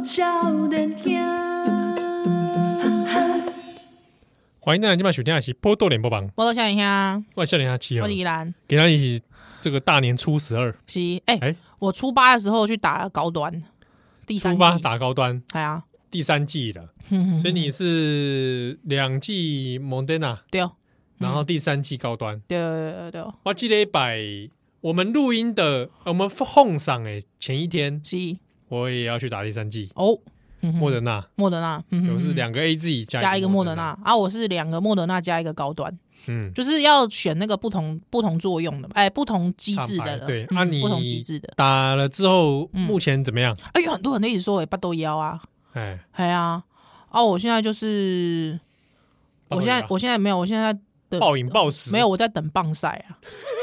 少年兄。 欢迎大家今晚收听的是《波多连播榜》， 我都笑一下， 我笑脸下七号我，依然给他一起这个大年初12， 是哎我初8的时候去打了高端，第初 3季 8打高端哎呀， 第3季了，所以你是2季蒙德纳， 对然后第3季高端。 对， 我记得摆我们录音的，我们放上前一天， 是我也要去打第3季哦， 莫德纳， 莫德纳， 我是2个 AZ 加一个莫德纳啊，我是2个莫德纳加一个高端，就是要选那个不同作用的，不同机制的， 对啊， 你不同机制的打了之后，目前怎么样？ 哎，有很多人都一直说巴豆腰啊，哎呀，我现在就是我现在没有，我现在的暴饮暴食没有，我在等棒赛啊，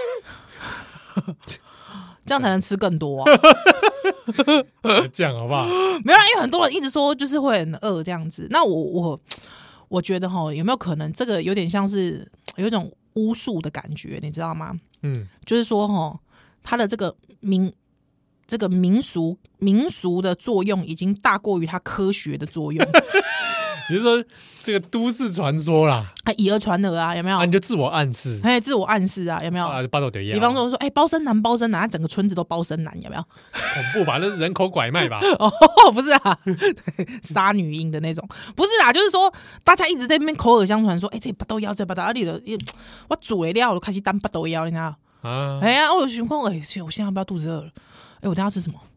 这样才能吃更多啊。 这样好不好？ 没有啦，因为很多人一直说就是会很饿这样子。那我觉得哈，有没有可能这个有点像是有一种巫术的感觉，你知道吗？就是说哈，它的这个民俗的作用已经大过于它科学的作用。 你是说这个都市传说啦？ 以讹传讹啊，有没有？ 你就自我暗示， 自我暗示啊，有没有？ 巴豆比比方说，包生男，他整个村子都包生男，有没有？ 恐怖吧？那是人口拐卖吧？ 哦，不是啊，杀女婴的那种，不是啊，就是说大家一直在那边口耳相传说，这巴豆腰，这巴豆啊，你的我煮了料，我开始当巴豆腰，你知道？ 啊， 我有情况，我现在要不要肚子饿了？我等下吃什么？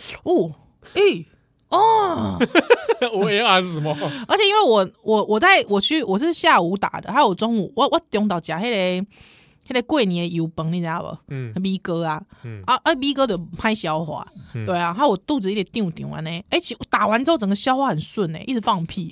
我也是什么？ 而且因为我是下午打的，还有中午我中到夹那个过年的油饭，你知道不？米哥啊，米哥的拍消化，对啊，还有我肚子有点丢丢完呢。其实我打完之后整个消化很顺一直放屁。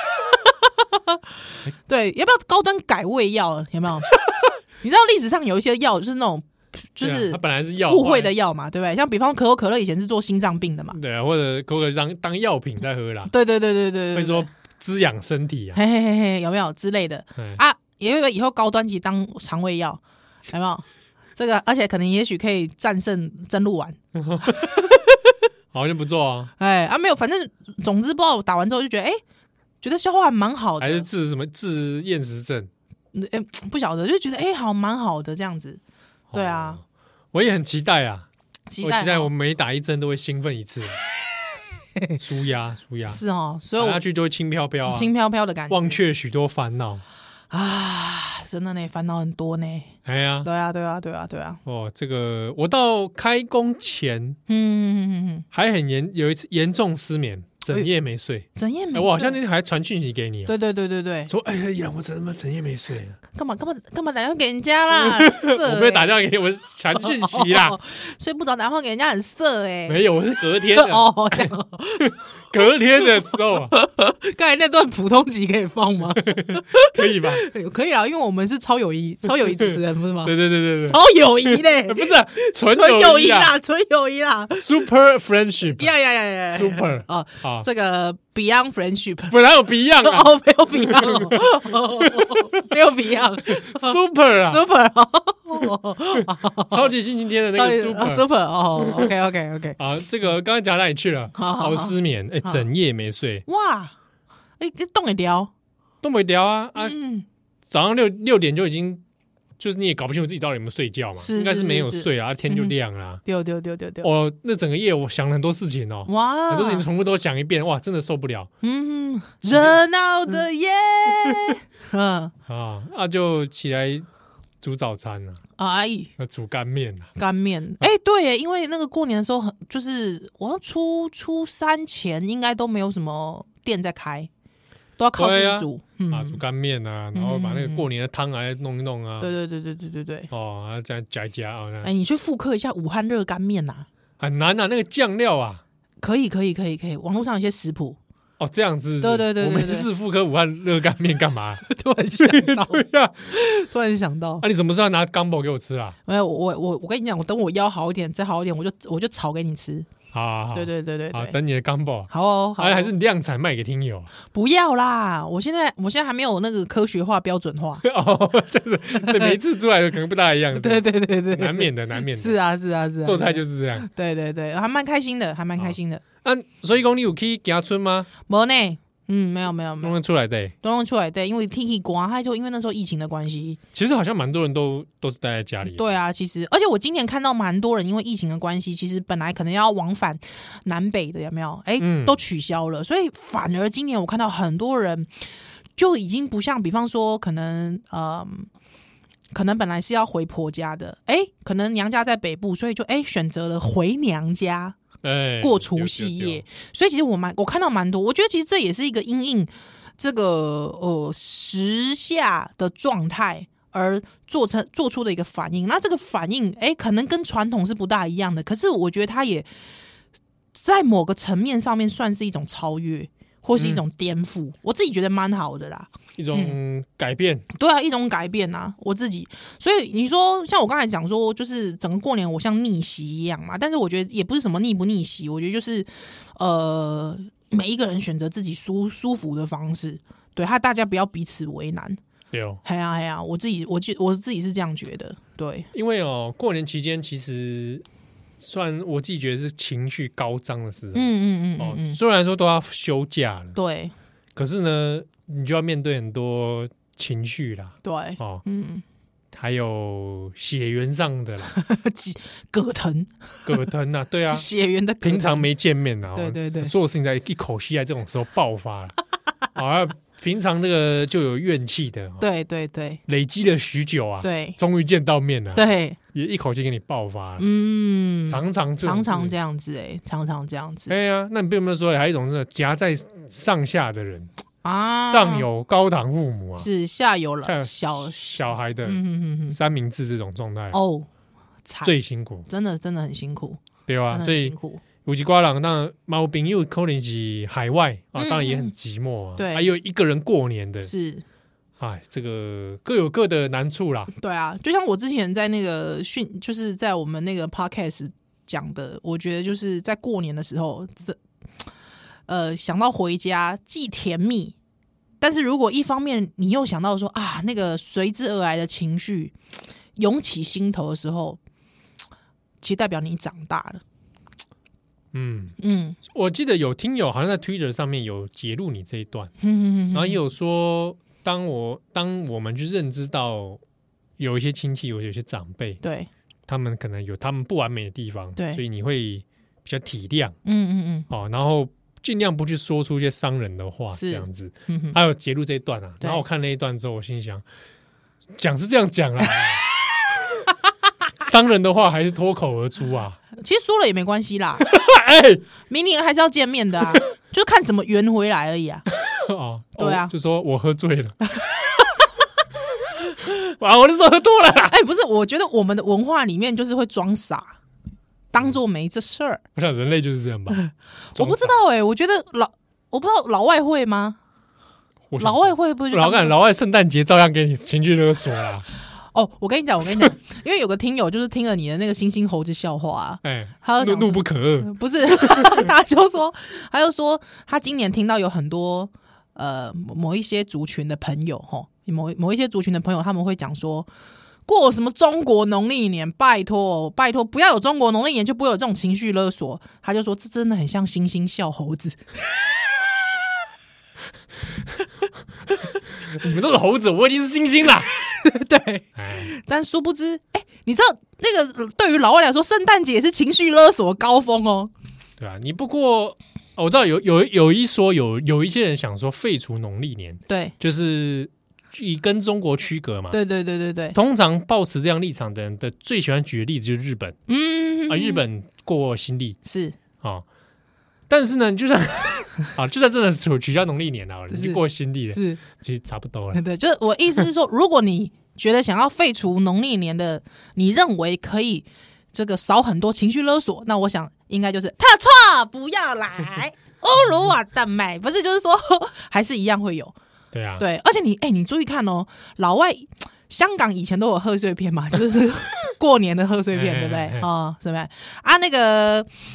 对，要不要高端改胃药？有没有？你知道历史上有一些药就是那种。就是它本来是药误会的药嘛，对不对？像比方可口可乐以前是做心脏病的嘛， 对啊，或者可口可乐当药品在喝啦， 对， 会说滋养身体啊， 嘿，有没有之类的啊？也有以后高端级当肠胃药，有没有？这个而且可能也许可以战胜真鹿丸， 好像不错啊。 没有，反正总之不知道打完之后就觉得觉得消化还蛮好的， 还是治厌食症？ 不晓得，就觉得好蛮好的这样子。对啊， 我也很期待啊！我期待我每打一针都会兴奋一次，舒压是哦，所以打下去就会轻飘飘啊， 轻飘飘的感觉， 忘却许多烦恼啊！真的呢，烦恼很多呢。 哎呀， 对啊。 哦，这个我到开工前，还很有一次严重失眠。整夜没睡，我好像那天还传讯息给你， 对， 说呀，我怎么整夜没睡啊？ 干嘛打电话给人家啦？ 我没有打电话给你，我是传讯息啦。 睡不着打电话给人家很色没有，我是隔天的这样， 隔天的时候啊。 刚才那段普通集可以放吗？ 可以吧？ 可以啦，因为我们是超友谊主持人不是吗？ 对， 超友谊嘞， 不是纯友谊啦，Super Friendship， 呀 ，Super 这个 Beyond Friendship， 本来有 Beyond 没有 Beyond， 没有 Beyond，Super 啊 ，Super， 超级星期天的那个 Super ，OK， 这个刚才讲到哪里去了？好失眠，整夜没睡， 哇，动没掉啊，早上6点就已经。就是你也搞不清楚自己到底有没有睡觉嘛，应该是没有睡啊，天就亮了。 对。 那整个夜我想了很多事情哦，哇，很多事情重复都想一遍，哇，真的受不了。 热闹的夜， 就起来煮早餐了，煮干面了。 对耶，因为那个过年的时候，就是我要初3前应该都没有什么店在开。都要靠自己煮， 煮干面啊，然后把那个过年的汤来弄一弄啊。 对。 这样夹啊。 你去复刻一下武汉热干面呐， 很难啊，那个酱料啊。 可以，网络上有些食谱。 这样子。 对。 我没事复刻武汉热干面干嘛？ 突然想到， 对啊， 突然想到。 你什么时候拿gumbo给我吃啊？ 没有，我跟你讲，我等我腰好一点，再好一点，我就炒给你吃。 好， 对对对对， 好，等你的钢报。 好哦，好， 还是量产卖给听友？ 不要啦，我现在还没有那个科学化标准化哦，真的，每一次出来的可能不大一样。 对对对对， 难免的。 是啊， 做菜就是这样。 对对对，还蛮开心的，还蛮开心的。 所以讲你有去行村吗？ 没呢。没有， 都弄出来的， 因为天气刮，还就因为那时候疫情的关系， 其实好像蛮多人都是待在家里。 对啊，其实而且我今年看到蛮多人因为疫情的关系，其实本来可能要往返南北的，有没有？都取消了，所以反而今年我看到很多人就已经不像，比方说可能本来是要回婆家的，可能娘家在北部，所以就选择了回娘家。过除夕夜，所以其实我看到蛮多，我觉得其实这也是一个因应这个时下的状态而做出的一个反应。那这个反应可能跟传统是不大一样的，可是我觉得它也在某个层面上面算是一种超越或是一种颠覆，我自己觉得蛮好的啦。 一种改变， 对啊，一种改变啊，我自己。所以你说像我刚才讲说，就是整个过年我像逆袭一样嘛，但是我觉得也不是什么逆不逆袭，我觉得就是每一个人选择自己舒服的方式，对，大家不要彼此为难。 对哦， 哎呀，我自己是这样觉得，对， 因为过年期间其实算我自己觉得是情绪高涨的时候，虽然说都要休假了， 对， 可是呢。你就要面对很多情绪啦， 对， 还有血缘上的啦， 葛藤啊，对啊， 血缘的， 平常没见面啊， 对， 做事情在一口气在这种时候爆发了，平常那个就有怨气的， 对， 累积了许久啊， 对， 终于见到面了， 对， 也一口气给你爆发了，常常这样子，常常这样子， 哎呀，那你有没有说还有一种是夹在上下的人？上有高堂父母啊， 是下有小孩的三明治这种状态最辛苦， 真的很辛苦， 对吧？所以有几瓜人，当然猫朋友可能是海外啊，当然也很寂寞啊。 对， 还有一个人过年的， 是， 这个各有各的难处啦。 对啊，就像我之前在那个就是在我们那个 podcast 讲的，我觉得就是在过年的时候，想到回家既甜蜜。但是如果一方面你又想到说那个随之而来的情绪涌起心头的时候，其实代表你长大了。 我记得有听友好像在 Twitter 上面有揭露你这一段，然后也有说，当我们去认知到有一些亲戚，有一些长辈， 对， 他们可能有他们不完美的地方， 对， 所以你会比较体谅，然后。尽量不去说出一些伤人的话，这样子。还有揭露这一段啊，然后我看那一段之后，我心想，讲是这样讲啦，伤人的话还是脱口而出啊。 其实说了也没关系啦，明年还是要见面的啊，就看怎么圆回来而已啊。对啊， 就说我喝醉了，我就说喝多了啦。 不是，我觉得我们的文化里面就是会装傻。当做没这事儿， 我想人类就是这样吧。 我不知道我觉得我不知道老外会吗？老外会不会？ 老外圣诞节照样给你情绪勒索啦。 我跟你讲，因为有个听友就是听了你的那个猩猩猴子笑话他就怒不可遏， 不是，他就说他今年听到有很多某一些族群的朋友某一些族群的朋友他们会讲说。过什么中国农历年？拜托，不要有中国农历年，就不会有这种情绪勒索。他就说，这真的很像猩猩笑猴子。 你们都是猴子，我已经是猩猩了。 对，但殊不知，你知道那个对于老外来说，圣诞节也是情绪勒索高峰哦。 对啊，你不过我知道有一说有一些人想说废除农历年， 对， 就是以跟中国区隔嘛。 对。 通常抱持这样立场的人的最喜欢举的例子就是日本，日本过新历是但是呢，就算真的取消农历年了，你过新历了， 是其实差不多了。 对，就是我意思是说，如果你觉得想要废除农历年的，你认为可以这个少很多情绪勒索，那我想应该就是特错不要来欧鲁瓦的买，不是就是说还是一样会有。 对啊， 对，而且你注意看哦，老外香港以前都有贺岁片嘛，就是过年的贺岁片，对不对？是不是那个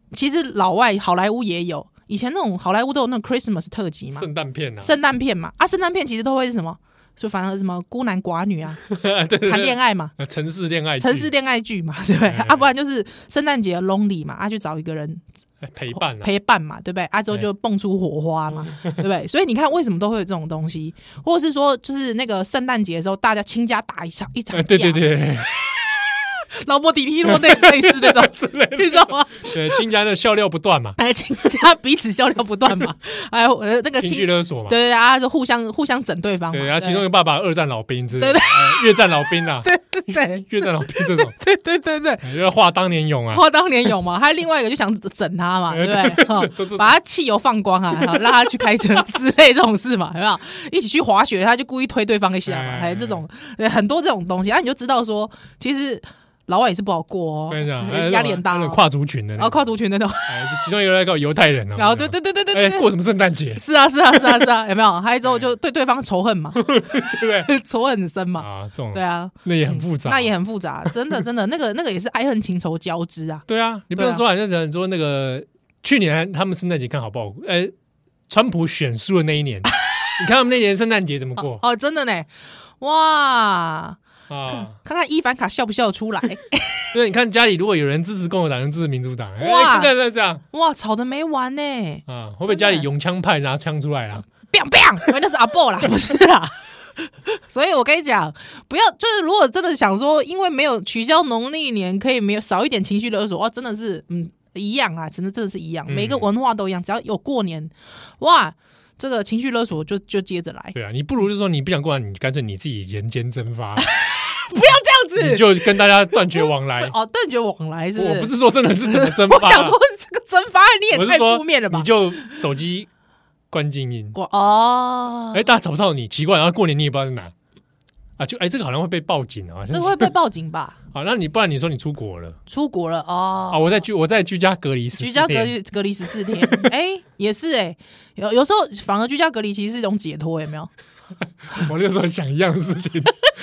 其实老外好莱坞也有，以前那种好莱坞都有那种 Christmas 特辑嘛， 圣诞片嘛， 圣诞片其实都会是什么？就反而什么孤男寡女啊， 对谈恋爱嘛， 城市恋爱剧嘛，对不对？不然就是圣诞节 lonely 嘛，去找一个人陪伴嘛，对不对？之后就蹦出火花嘛，对不对？所以你看为什么都会有这种东西，或者是说就是那个圣诞节的时候，大家亲家打一场架， 对。 劳勃迪尼洛类似那种，你知道吗？ 对，亲家的笑料不断嘛， 亲家彼此笑料不断嘛，那个情绪勒索嘛， 对就互相整对方嘛， 对其中一个爸爸二战老兵之类的，越战老兵啦， 对， 越战老兵这种， 对， 要话当年勇啊， 话当年勇嘛，还有另外一个就想整他嘛，对不对？把他汽油放光啊，让他去开车之类这种事嘛，有没有？一起去滑雪，他就故意推对方一下嘛，还有这种很多这种东西，你就知道说，其实。老外也是不好过哦， 跟你讲， 压力很大哦， 跨族群的， 跨族群的那种， 其中一个那个犹太人哦， 然后对， 过什么圣诞节？ 是啊，有没有？还有之后就对方仇恨嘛，对不对？仇恨很深嘛， 这种对啊， 那也很复杂， 真的，那个也是爱恨情仇交织啊。 对啊，你不能说好像讲说那个去年他们圣诞节看好不好？川普选输的那一年，你看他们那年圣诞节怎么过？ 哦，真的呢，哇！看看伊凡卡笑不笑得出来？ 对，你看家里如果有人支持共和党，人支持民主党，哇，这样哇，吵得没完呢！ 会不会家里拥枪派拿枪出来啦 ？biang biang， 那是阿伯啦，不是啦。所以我跟你讲，不要就是如果真的想说，因为没有取消农历年，可以没有少一点情绪勒索，真的是一样啊，真的是一样，每个文化都一样，只要有过年，哇。这个情绪勒索就接着来， 对啊，你不如就说你不想过年，你干脆你自己人间蒸发， 不要这样子， 你就跟大家断绝往来。 断绝往来是不是？ 我不是说真的是怎么蒸发， 我想说这个蒸发你也太负面了吧？ 你就手机关静音大家找不到你，奇怪，然后过年你也不知道在哪啊？这个好像会被报警啊， 这会被报警吧？ 好，那你不然你说你出国了我在居家隔离14天， 居家隔离14天，也是有时候反而居家隔离其实是一种解脱，有没有？ 我那时候想一样的事情，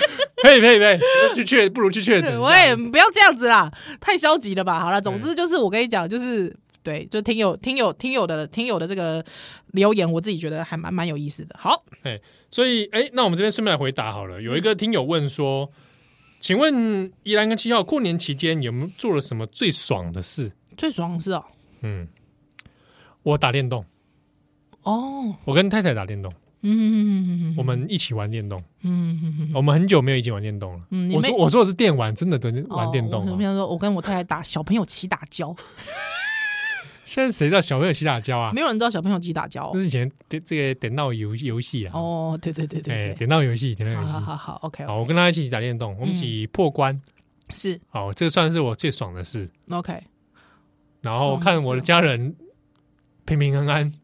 不如去确诊。 喂，不要这样子啦，太消极了吧？好了，总之就是我跟你讲，就是对，就听友的这个留言，我自己觉得还蛮有意思的。好， 所以那我们这边顺便来回答好了。有一个听友问说，请问宜兰跟7号过年期间有没有做了什么最爽的事？ 最爽的事哦， 我打电动。我跟太太打电动。我们一起玩电动。我们很久没有一起玩电动了。我说的是电玩，真的玩电动。 我说我跟我太太打小朋友起打交。 现在谁知道小朋友起打交啊？ 没有人知道小朋友起打交。 那是以前这个点闹游戏啊。 对， 点闹游戏。 好 ，OK。 好，我跟他一起打电动，我们一起破关。 是。 好，这个算是我最爽的事。 OK。 然后看我的家人平平安安。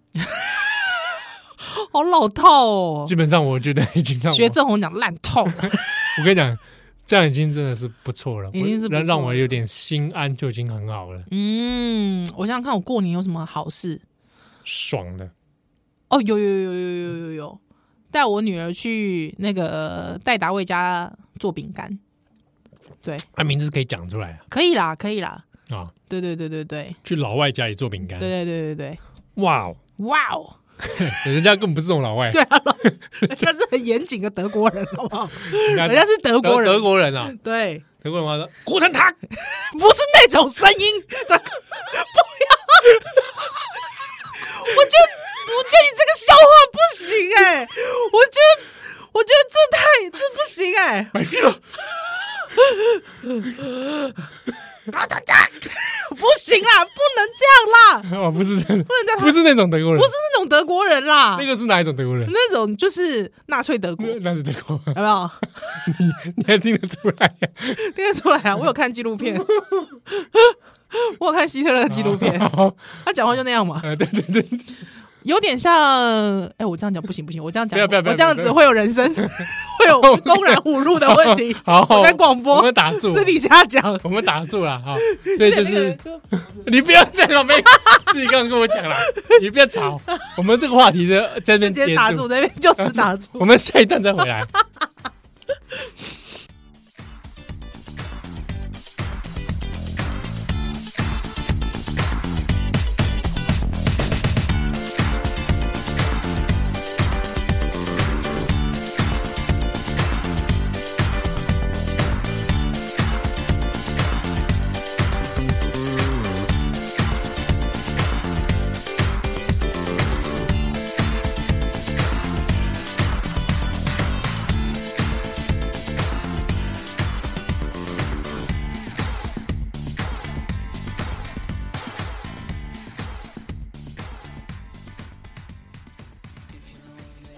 好老套哦！ 基本上我觉得已经让我学郑红讲烂透了。 我跟你讲，这样已经真的是不错了， 已经是不错了， 让我有点心安就已经很好了。 我想想看，我过年有什么好事？ 爽的有，带我女儿去那个戴达卫家做饼干。对， 名字可以讲出来啊？ 可以啦啊！对， 去老外家里做饼干。 对， 哇哦！人家根本不是这种老外， 对啊，人家是很严谨的德国人，好不好？人家是德国人啊， 对， 德国人话说“古腾塔”， 不是那种声音，对，不要！我觉得你这个笑话不行我觉得这不行买飞了。 不行啦，不能这样啦！ 不是这样，不是那种德国人， 不是那种德国人啦。 那个是哪一种德国人？ 那种就是纳粹德国， 那是德国， 有没有？ 你还听得出来？ 听得出来啊！我有看纪录片，我有看希特勒的纪录片，他讲话就那样嘛。 对。 有点像，我这样讲不行，我这样讲， 不要我这样子会有人身，会有公然侮辱的问题。 好， 我在广播， 我们打住， 私底下讲， 我们打住了哈。所以就是你不要这样，自己刚刚跟我讲了，你不要吵。我们这个话题的在这边结束， 打住，这边就是打住。 我们下一段再回来。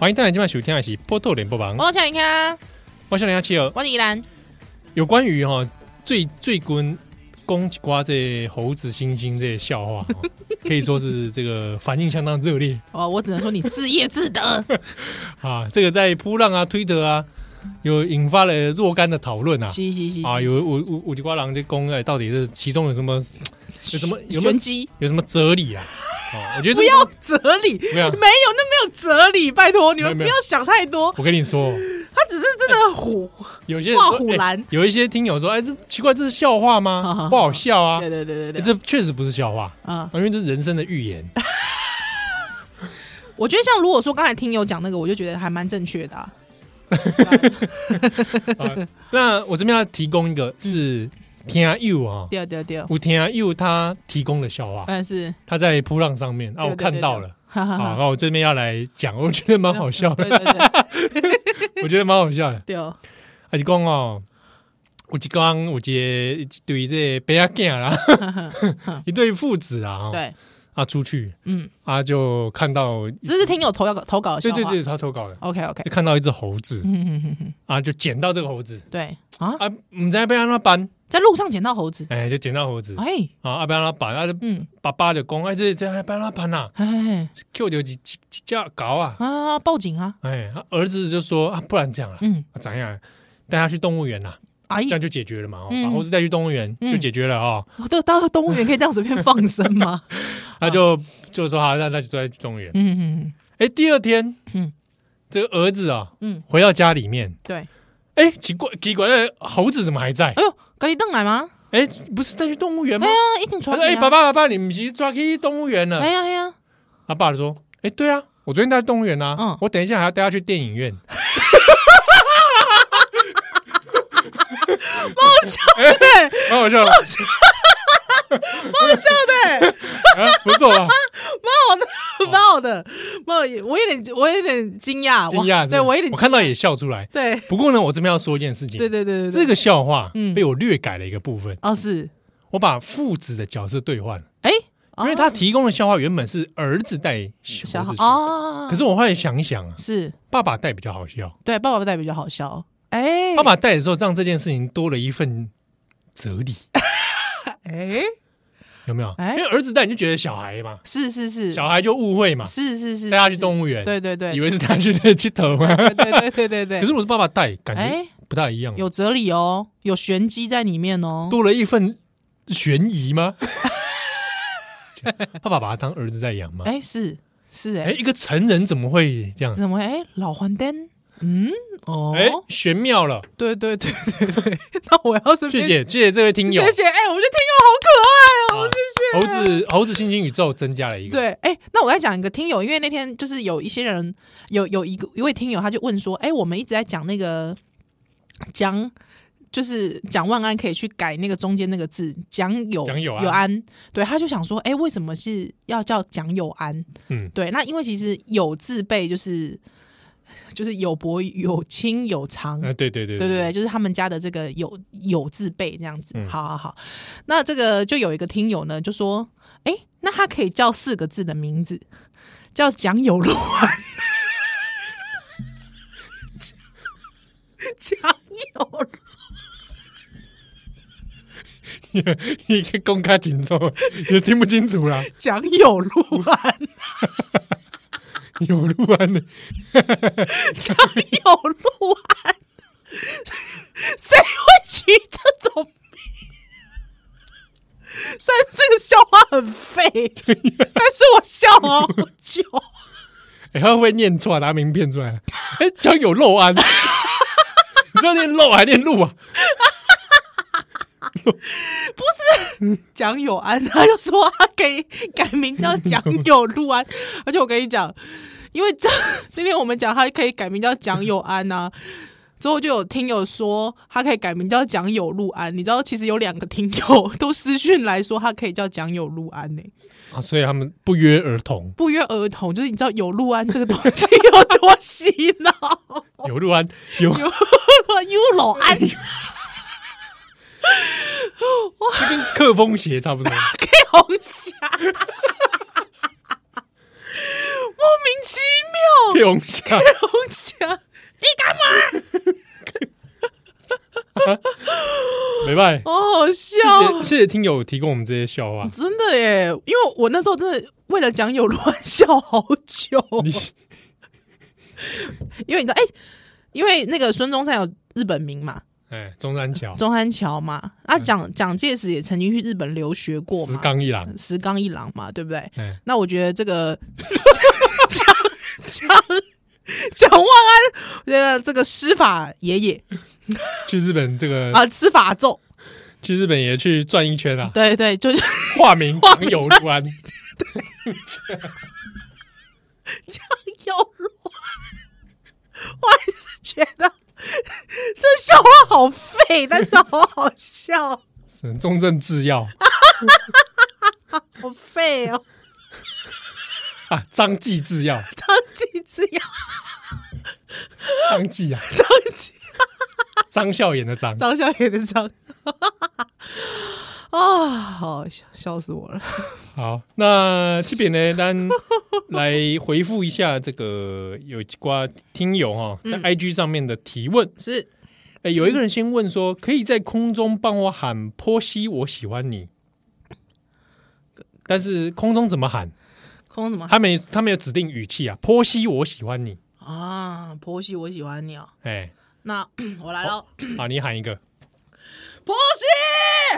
欢迎大家今晚收听的是波特联播榜。 我想你看， 我想你七儿， 我是依兰。 有关于最近讲一寡这猴子猩猩这些笑话，可以说是这个反应相当热烈。 我只能说你自业自得啊！这个在扑浪啊、推特啊，有引发了若干的讨论啊。 是啊，有一寡人就讲，到底是其中有什么玄机， 有什么哲理啊？我觉得不要哲理，没有没有哲理，拜托你们不要想太多。 我跟你说， 他只是真的有些画虎兰， 有一些听友说，哎，这奇怪，这是笑话吗？不好笑啊！ 对， 这确实不是笑话啊，因为这是人生的预言。 我觉得像如果说刚才听友讲那个，我就觉得还蛮正确的。 那我这边要提供一个是。听友啊， 对， 有听友他提供的笑话， 是他在扑浪上面啊，我看到了，然后我这边要来讲，我觉得蛮好笑的，我觉得蛮好笑的， 对， 还是讲有一对这白仔囝啦，一对父子啊， 对啊出去，就看到这是听友投稿的笑话， 对，他投稿的 ，OK， 就看到一只猴子，就捡到这个猴子， 对不知道被他搬。 在路上捡到猴子， 就捡到猴子，不让他搬，爸爸就讲，这还不让他搬呐，Q 就几架搞啊， 报警啊， 儿子就说不然这样了，怎样，带他去动物园啦，这样就解决了嘛，把猴子带去动物园就解决了啊。 到动物园可以这样随便放生吗？ 他就说好，那就带去动物园。第二天，这个儿子回到家里面， 对。 奇怪，猴子怎么还在？ 哎呦，赶紧回来吗？ 不是带去动物园吗？ 一定抓。 爸爸，你不是抓去动物园了？ 哎呀， 他爸就说，对啊，我昨天带去动物园啊，我等一下还要带他去电影院。 蛮好笑的， 蛮好笑的，不错吧？ 蛮好的，我有点惊讶，对我看到也笑出来。 对， 不过呢，我这边要说一件事情。 对， 这个笑话被我略改了一个部分。 是我把父子的角色兑换了。因为他提供的笑话原本是儿子带小孩可是我后来想一想是爸爸带比较好笑。 对，爸爸带比较好笑。 爸爸带的时候，让这件事情多了一份哲理。有没有？因为儿子带你就觉得小孩嘛， 是， 小孩就误会嘛， 是， 带他去动物园， 对， 以为是带他去那去头嘛， 对。 可是我是爸爸带，感觉不大一样， 有哲理哦，有玄机在里面哦， 多了一份悬疑吗？爸爸把他当儿子在养吗？ 是， 一个成人怎么会这样？ 怎么会？老黄灯。 玄妙了， 对，那我要是谢谢这位听友， 谢谢，我觉得听友好可爱哦，谢谢。猴子星星宇宙增加了一个， 对，那我再讲一个听友，因为那天就是有一些人有一位听友，他就问说，我们一直在讲那个就是蒋万安可以去改那个中间那个字蒋有安，对，他就想说，为什么是要叫蒋有安？对，那因为其实有字辈就是有薄有轻有长，对，就是他们家的这个有字辈这样子。好，那这个就有一个听友呢就说，那他可以叫4个字的名字，叫蒋有路安。蒋有路， 你公开紧张，也听不清楚啦。 蒋有路安。 有路安的， 蒋有路安，谁会取这种名？虽然这个笑话很废，但是我笑好久。 他会不会念错，拿名片出来？蒋有肉安，你知道念肉还念路啊？ 不是蒋有安，他就说他可以改名叫蒋有路安，而且我跟你讲，因为那天我们讲他可以改名叫蒋有安啊，之后就有听友说他可以改名叫蒋有路安，你知道其实有2个听友都私讯来说他可以叫蒋有路安呢。 所以他们不约而同， 就是你知道有路安这个东西有多洗脑？ 有路安，有老安。 就跟克风鞋差不多， 可以红霞，莫名其妙， 龙虾， 龙虾，你干嘛？ 没办法， 好好笑。 谢谢听友提供我们这些笑话， 真的耶！因为我那时候真的为了讲有乱笑好久，因为你知道，因为那个孙中山有日本名嘛， 中山桥嘛，蒋介石也曾经去日本留学过嘛，石冈一郎嘛，对不对？那我觉得这个蒋万安这个师法爷爷去日本这个师法咒， 去日本也去转一圈啊， 对对，就是化名蒋有如安， 蒋有如安，我还是觉得这笑话好废，但是好好笑。 中正制药， 好废哦！ 张继制药，张继啊，张孝炎的张，好笑死我了。 好，那这边呢，咱来回复一下这个有一挂听友在 IG 上面的提问是， 有一个人先问说，可以在空中帮我喊波西我喜欢你，但是空中怎么喊？他没有指定语气啊，波西我喜欢你啊，波西我喜欢你哦。那我来了， 好，你喊一个， 波西，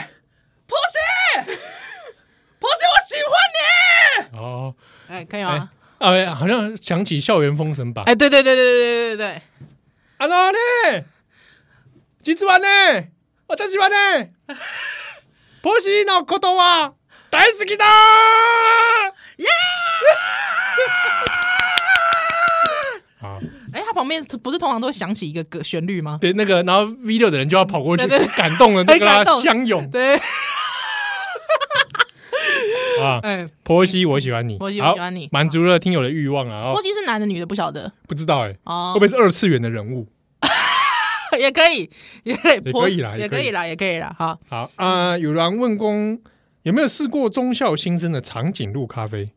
我喜欢你。哦，可以吗？ 好像想起校园封神榜。 对。 あのね、実はね、私はね、波西のことは大好きだ。耶！好， 他旁边不是通常都会响起一个旋律吗？ 对，那个，然后 V6 的人就要跑过去，感动了那个相拥。 对， 波西我喜欢你， 波西我喜欢你， 满足了听友的欲望啊。 波西是男的女的不晓得， 不知道会不会是二次元的人物？ 也可以啦， 也可以啦。 好啊，有人问公有没有试过忠孝新生的长颈鹿咖啡？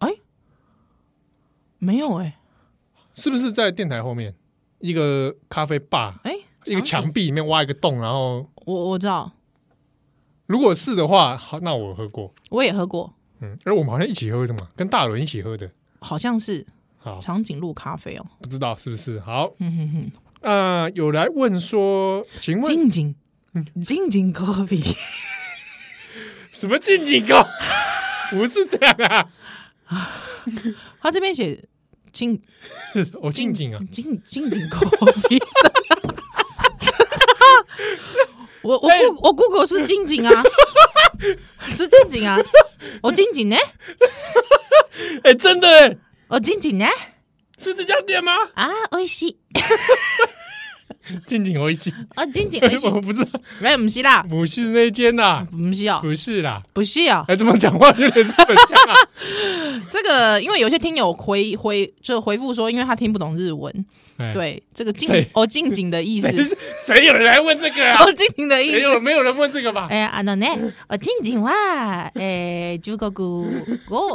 没有是不是在电台后面一个咖啡吧？一个墙壁里面挖一个洞，然后我知道。 如果是的话，好，那我喝过， 我也喝过。 而我们好像一起喝的嘛，跟大伦一起喝的， 好像是。 好， 长颈鹿咖啡不知道是不是？好，有来问说，请问静静咖啡。 什么静静咖？不是这样啊！ 他这边写静静啊， 静咖啡。我 Google 是静静啊，是静静啊，我静静呢？ 真的我静静呢？ 是这家店吗？ 美味しい。 静静美味しい。 静静美味しい。 我不知道， 不是啦， 不是那间啦， 不是哦， 不是啦， 不是哦。 怎么讲话有点日本腔啊？ 这个因为有些听友回复说，因为他听不懂日文。对，这个静静的意思， 谁有人来问这个啊？ 静静的意思， 没有人问这个吧？ 静静は中国語。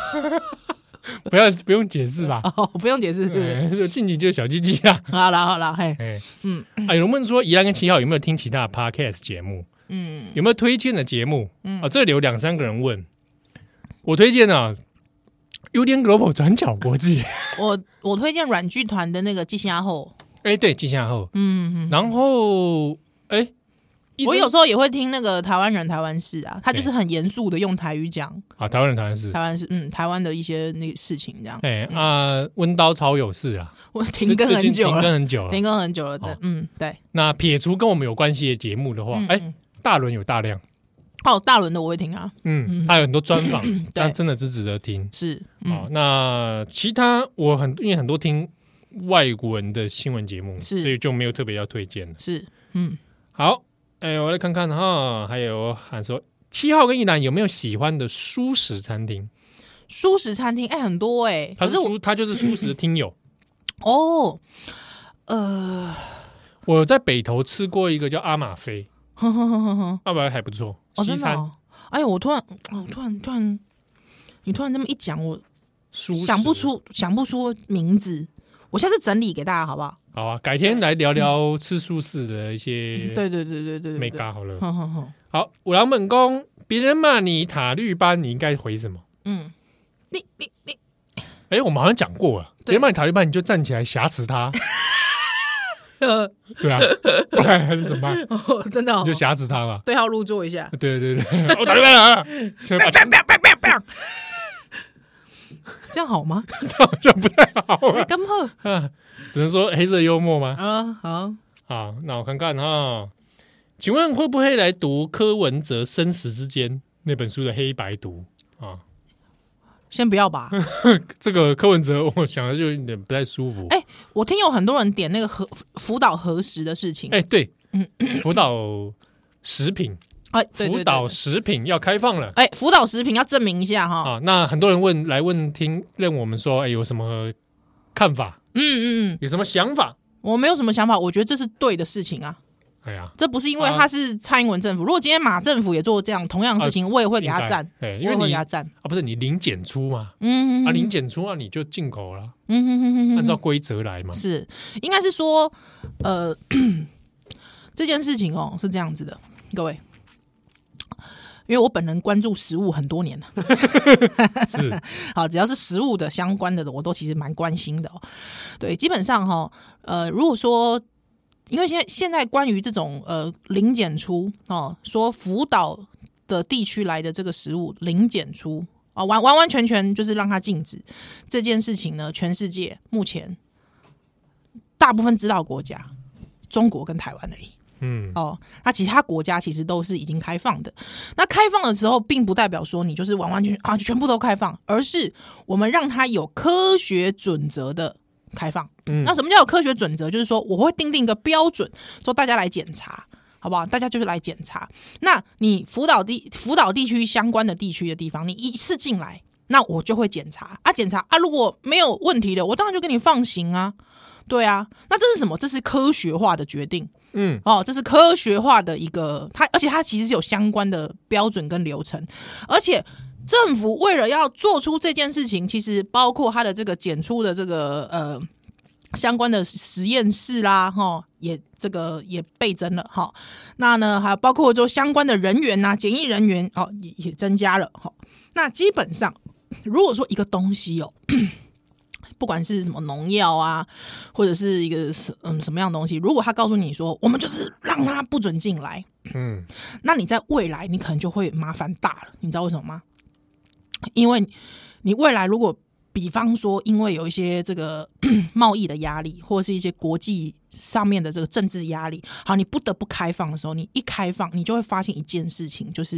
不用解释吧？ 不用解释， 静静就是小鸡鸡啊。 好了， 有人问说，宜兰跟7号有没有听其他的 podcast 节目？有没有推荐的节目？这里有2-3个人问，我推荐啊。UDN Global 转角国际， 我推荐软剧团的那个季夏后， 对，季夏后，然后我有时候也会听那个台湾人台湾事啊，他就是很严肃的用台语讲台湾人台湾事， 台湾的一些那个事情这样， 温刀超有事啊， 我停更很久了， 的， 对。 那撇除跟我们有关系的节目的话，大伦有大量。 大伦的我会听啊， 他有很多专访，但真的是值得听。 是， 那其他因为很多听外国人的新闻节目，所以就没有特别要推荐了。 是， 好，我来看看哈，还有喊说7号跟宜兰有没有喜欢的蔬食餐厅？ 蔬食餐厅很多他就是蔬食的听友哦。 我在北投吃过一个叫阿玛菲。阿玛菲还不错，西餐。 哎呦，我突然，你突然这么一讲，我想不出名字。 我下次整理给大家好不好？ 好啊，改天来聊聊吃素食的一些对美嘎好了。好，五郎本宫，别人骂你塔绿班，你应该回什么？你，我们好像讲过了，别人骂你塔绿班，你就站起来挟持他。对啊，不然还能怎么办？ 真的， 你就挟持他嘛， 对号入座一下。 对，我塔绿班来了， 这样好吗？ 这好像不太好啊。 干嘛？ 只能说黑色幽默吗？ 好， 那我看看哈，请问会不会来读柯文哲《生死之间》那本书的黑白读啊？ 先不要吧。 这个柯文哲，我想的就有点不太舒服。 我听有很多人点那个福岛核食的事情。 对，福岛食品。 对， 福岛食品要开放了。 福岛食品要证明一下哈。 那很多人问我们说，有什么看法？有什么想法？ 我没有什么想法，我觉得这是对的事情啊。这不是因为他是蔡英文政府，如果今天马政府也做这样同样的事情，我也会给他赞。 因为你给他赞不是你零检出嘛？零检出你就进口了。按照规则来嘛。 是，应该是说，这件事情是这样子的，各位。因为我本人关注食物很多年了， 是好，只要是食物的相关的，我都其实蛮关心的。对，基本上如果说，因为现在关于这种零检出说福岛的地区来的这个食物零检出完全就是让它禁止这件事情呢，全世界目前大部分知道国家，中国跟台湾而已。那其他国家其实都是已经开放的。那开放的时候，并不代表说你就是完全全部都开放，而是我们让它有科学准则的开放。那什么叫有科学准则？就是说我会定一个标准，说大家来检查，好不好？大家就是来检查。那你福岛地区相关的地区的地方，你一次进来，那我就会检查检查如果没有问题的，我当然就给你放行啊。对啊，那这是什么？这是科学化的决定。这是科学化的一个，而且它其实是有相关的标准跟流程，而且政府为了要做出这件事情，其实包括它的这个检出的这个相关的实验室啦，也倍增了哈。那呢，还有包括就相关的人员呐，检疫人员也增加了哈。那基本上，如果说一个东西不管是什么农药啊，或者是一个什么样的东西，如果他告诉你说我们就是让他不准进来，那你在未来你可能就会麻烦大了。你知道为什么吗？因为你未来如果比方说因为有一些这个贸易的压力，或者是一些国际上面的这个政治压力，好，你不得不开放的时候，你一开放，你就会发现一件事情，就是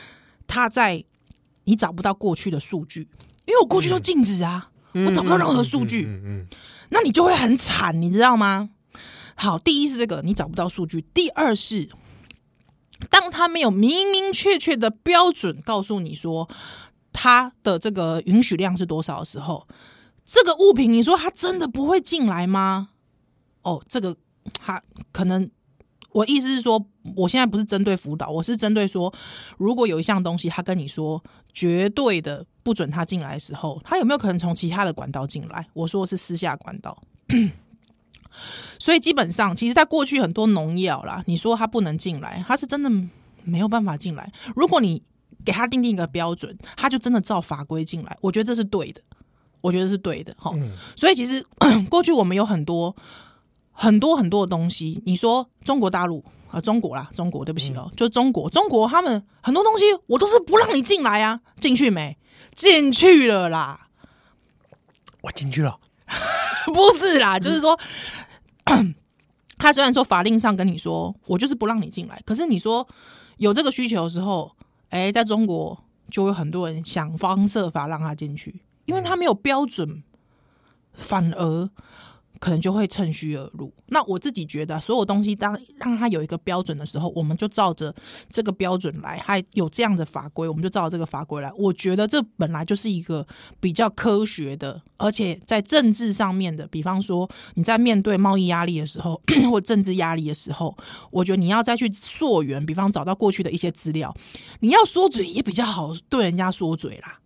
你找不到过去的数据，因为我过去都禁止啊。我找不到任何数据，那你就会很惨，你知道吗？好，第一是这个你找不到数据，第二是当他没有明明确确的标准告诉你说它的这个允许量是多少的时候，这个物品你说它真的不会进来吗？这个它可能，我意思是说，我现在不是针对福岛，我是针对说，如果有一项东西他跟你说绝对的不准他进来的时候，他有没有可能从其他的管道进来？我说的是私下管道。所以基本上，其实在过去很多农药啦，你说他不能进来，他是真的没有办法进来。如果你给他定一个标准，他就真的照法规进来，我觉得这是对的，我觉得是对的。所以其实过去我们有很多的东西，你说中国大陆中国对不起就中国他们很多东西我都是不让你进来啊，进去没？进去了啦， 我进去了， 不是啦，就是说，他虽然说法令上跟你说我就是不让你进来，可是你说有这个需求的时候，在中国就有很多人想方设法让他进去，因为他没有标准，反而可能就会趁虚而入。那我自己觉得所有东西当让它有一个标准的时候，我们就照着这个标准来，还有这样的法规，我们就照着这个法规来。我觉得这本来就是一个比较科学的，而且在政治上面的，比方说你在面对贸易压力的时候或政治压力的时候，我觉得你要再去溯源，比方找到过去的一些资料，你要说嘴也比较好对人家说嘴啦。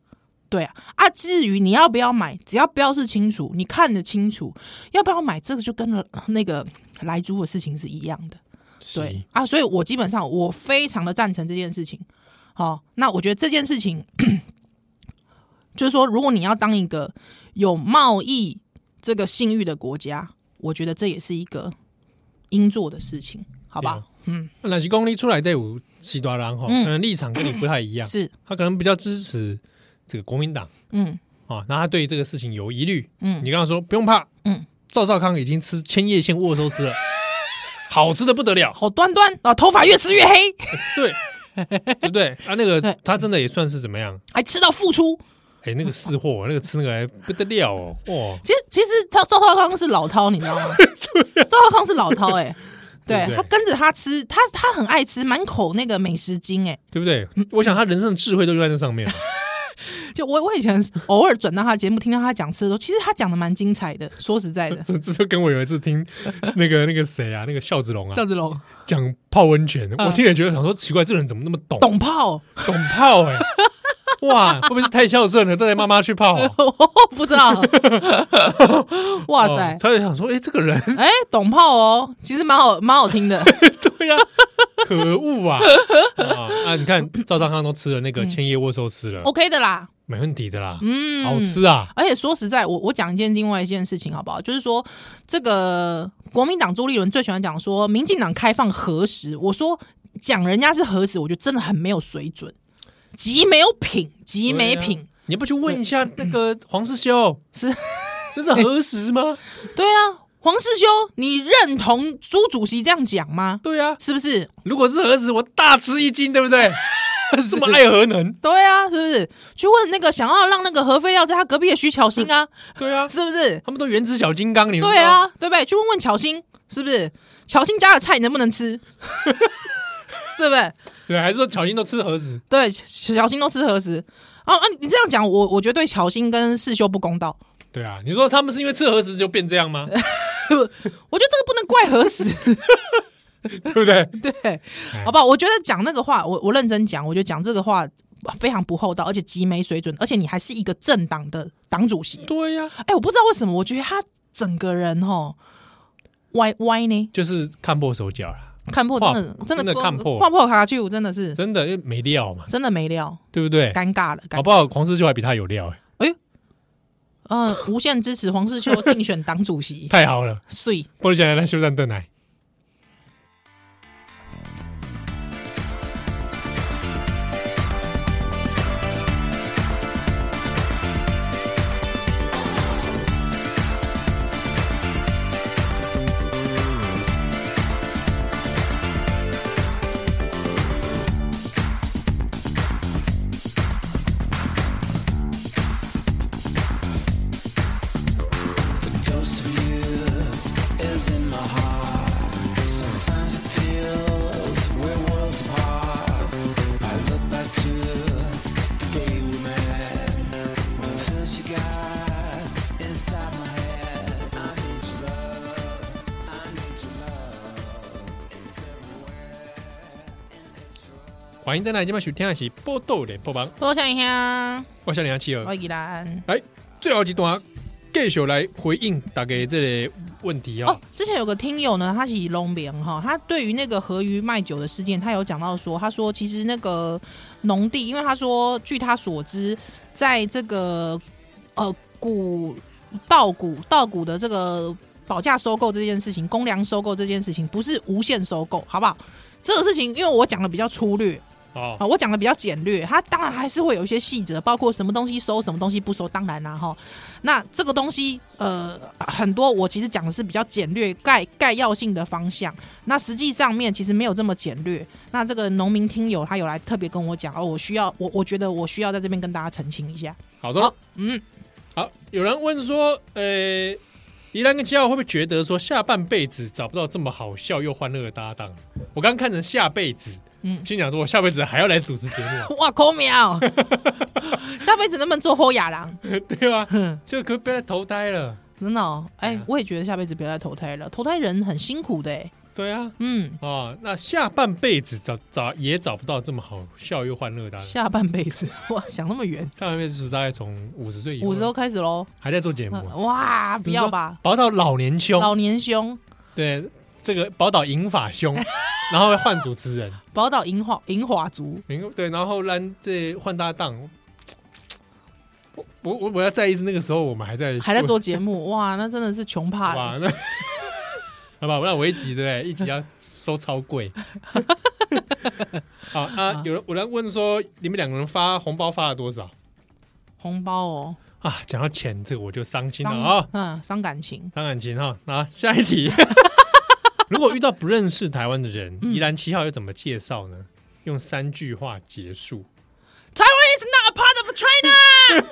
对啊，至于你要不要买，只要标示清楚，你看得清楚，要不要买，这个就跟那个来租的事情是一样的。对啊，所以我基本上我非常的赞成这件事情。好，那我觉得这件事情就是说，如果你要当一个有贸易这个信誉的国家，我觉得这也是一个应做的事情，好吧？ 那是公你出来队伍其他人可能立场跟你不太一样， 是他可能比较支持这个国民党，那他对这个事情有疑虑，你跟他说不用怕，赵少康已经吃千叶县握寿司了，好吃的不得了， 好端端啊，头发越吃越黑， 对。对不对啊？那个他真的也算是怎么样？ 还吃到复出， 那个是货，那个吃那个还不得了哦！哇， 其实赵少康是老饕，你知道吗？赵少康是老饕，对他跟着他吃，他很爱吃，满口那个美食精， 对不对？我想他人生的智慧都用在这上面。 就我以前偶尔转到他的节目，听到他讲吃的时候，其实他讲的蛮精彩的。说实在的， 这就跟我有一次听那个谁啊，那个孝子龙讲泡温泉，我听了觉得想说奇怪，这个人怎么那么懂泡哇，会不会是太孝顺了，带妈妈去泡？ 我不知道。哇塞！ 才想说，这个人懂泡哦，其实蛮好听的。 对呀，可恶啊！你看赵少康都吃了那个千叶握寿司了 ，OK 的啦， 没问题的啦，好吃啊！ 而且说实在，我讲另外一件事情好不好？就是说，这个国民党朱立伦最喜欢讲说，民进党开放核食，我说讲人家是核食，我觉得真的很没有水准。极没有品，极没品！ 你要不去问一下那个黄世修，这是核实吗？ 对啊，黄世修，你认同朱主席这样讲吗？ 对啊， 是不是？ 如果是核实，我大吃一惊，对不对？这么爱核能， 对啊，是不是？去问那个想要让那个核废料在他隔壁的徐巧芯啊， 对啊， 是不是？ 他们都原子小金刚，你对啊，对不对？去问巧芯，是不是？巧芯家的菜你能不能吃？是不是？ 对，还是说巧芯都吃核食？ 对，巧芯都吃核食。你这样讲，我觉得对巧芯跟世修不公道。 对啊，你说他们是因为吃核食就变这样吗？ 我觉得这个不能怪核食， 对不对？ 对，好不好？我觉得讲那个话，我认真讲，我觉得讲这个话非常不厚道，而且极没水准，而且你还是一个政党的党主席。 对呀， 我不知道为什么，我觉得他整个人歪呢， 就是看破手脚了。 看破真的看破， 看破卡丘真的是真的没料嘛， 真的没料， 对不对？ 尴尬了， 搞不好黄世修还比他有料无限支持黄世修竞选党主席， 太好了， 水玻璃下来修战邓来。欢迎再来今晚收听的是报道联播网， 我想一下， 我是梁启儿， 我依然来最后一段继续来回应大家这个问题之前有个听友呢，他是农民他对于那个河鱼卖酒的事件，他有讲到说，他说其实那个农地，因为他说据他所知，在这个稻谷的这个保价收购这件事情，公粮收购这件事情，不是无限收购，好不好？这个事情，因为我讲的比较粗略。我讲的比较简略，它当然还是会有一些细则，包括什么东西收，什么东西不收，当然啦那这个东西很多我其实讲的是比较简略概要性的方向，那实际上面其实没有这么简略。那这个农民听友他有来特别跟我讲我觉得我需要在这边跟大家澄清一下。 好的，好，有人问说，宜兰跟7号会不会觉得说下半辈子找不到这么好笑又欢乐的搭档？我刚看成下辈子。心想说，我下辈子还要来主持节目哇，抠秒！下辈子能不能做后亚郎？ 对吧？就可不要再投胎了， 真的我也觉得下辈子不要再投胎了，投胎人很辛苦的对啊，那下半辈子也找不到这么好笑又欢乐的。 下半辈子哇，想那么远。 下半辈子是大概从50岁以后 ，50后开始喽， 还在做节目。 哇，不要吧， 宝岛老年兄， 老年兄， 对，这个宝岛银发兄，然后会换主持人， 宝岛银发族， 对，然后这换搭档。我要在意是那个时候我们还在做节目，哇，那真的是穷怕了。 哇，那好吧，那我一集对不对？一集要收超贵。好啊，有人问说，你们两个人发红包发了多少？ 红包哦， 讲到钱这个我就伤心了啊， 伤感情哈。那下一题，如果遇到不认识台湾的人，宜兰7号要怎么介绍呢？用3句话结束。 Taiwan is not a part of China 。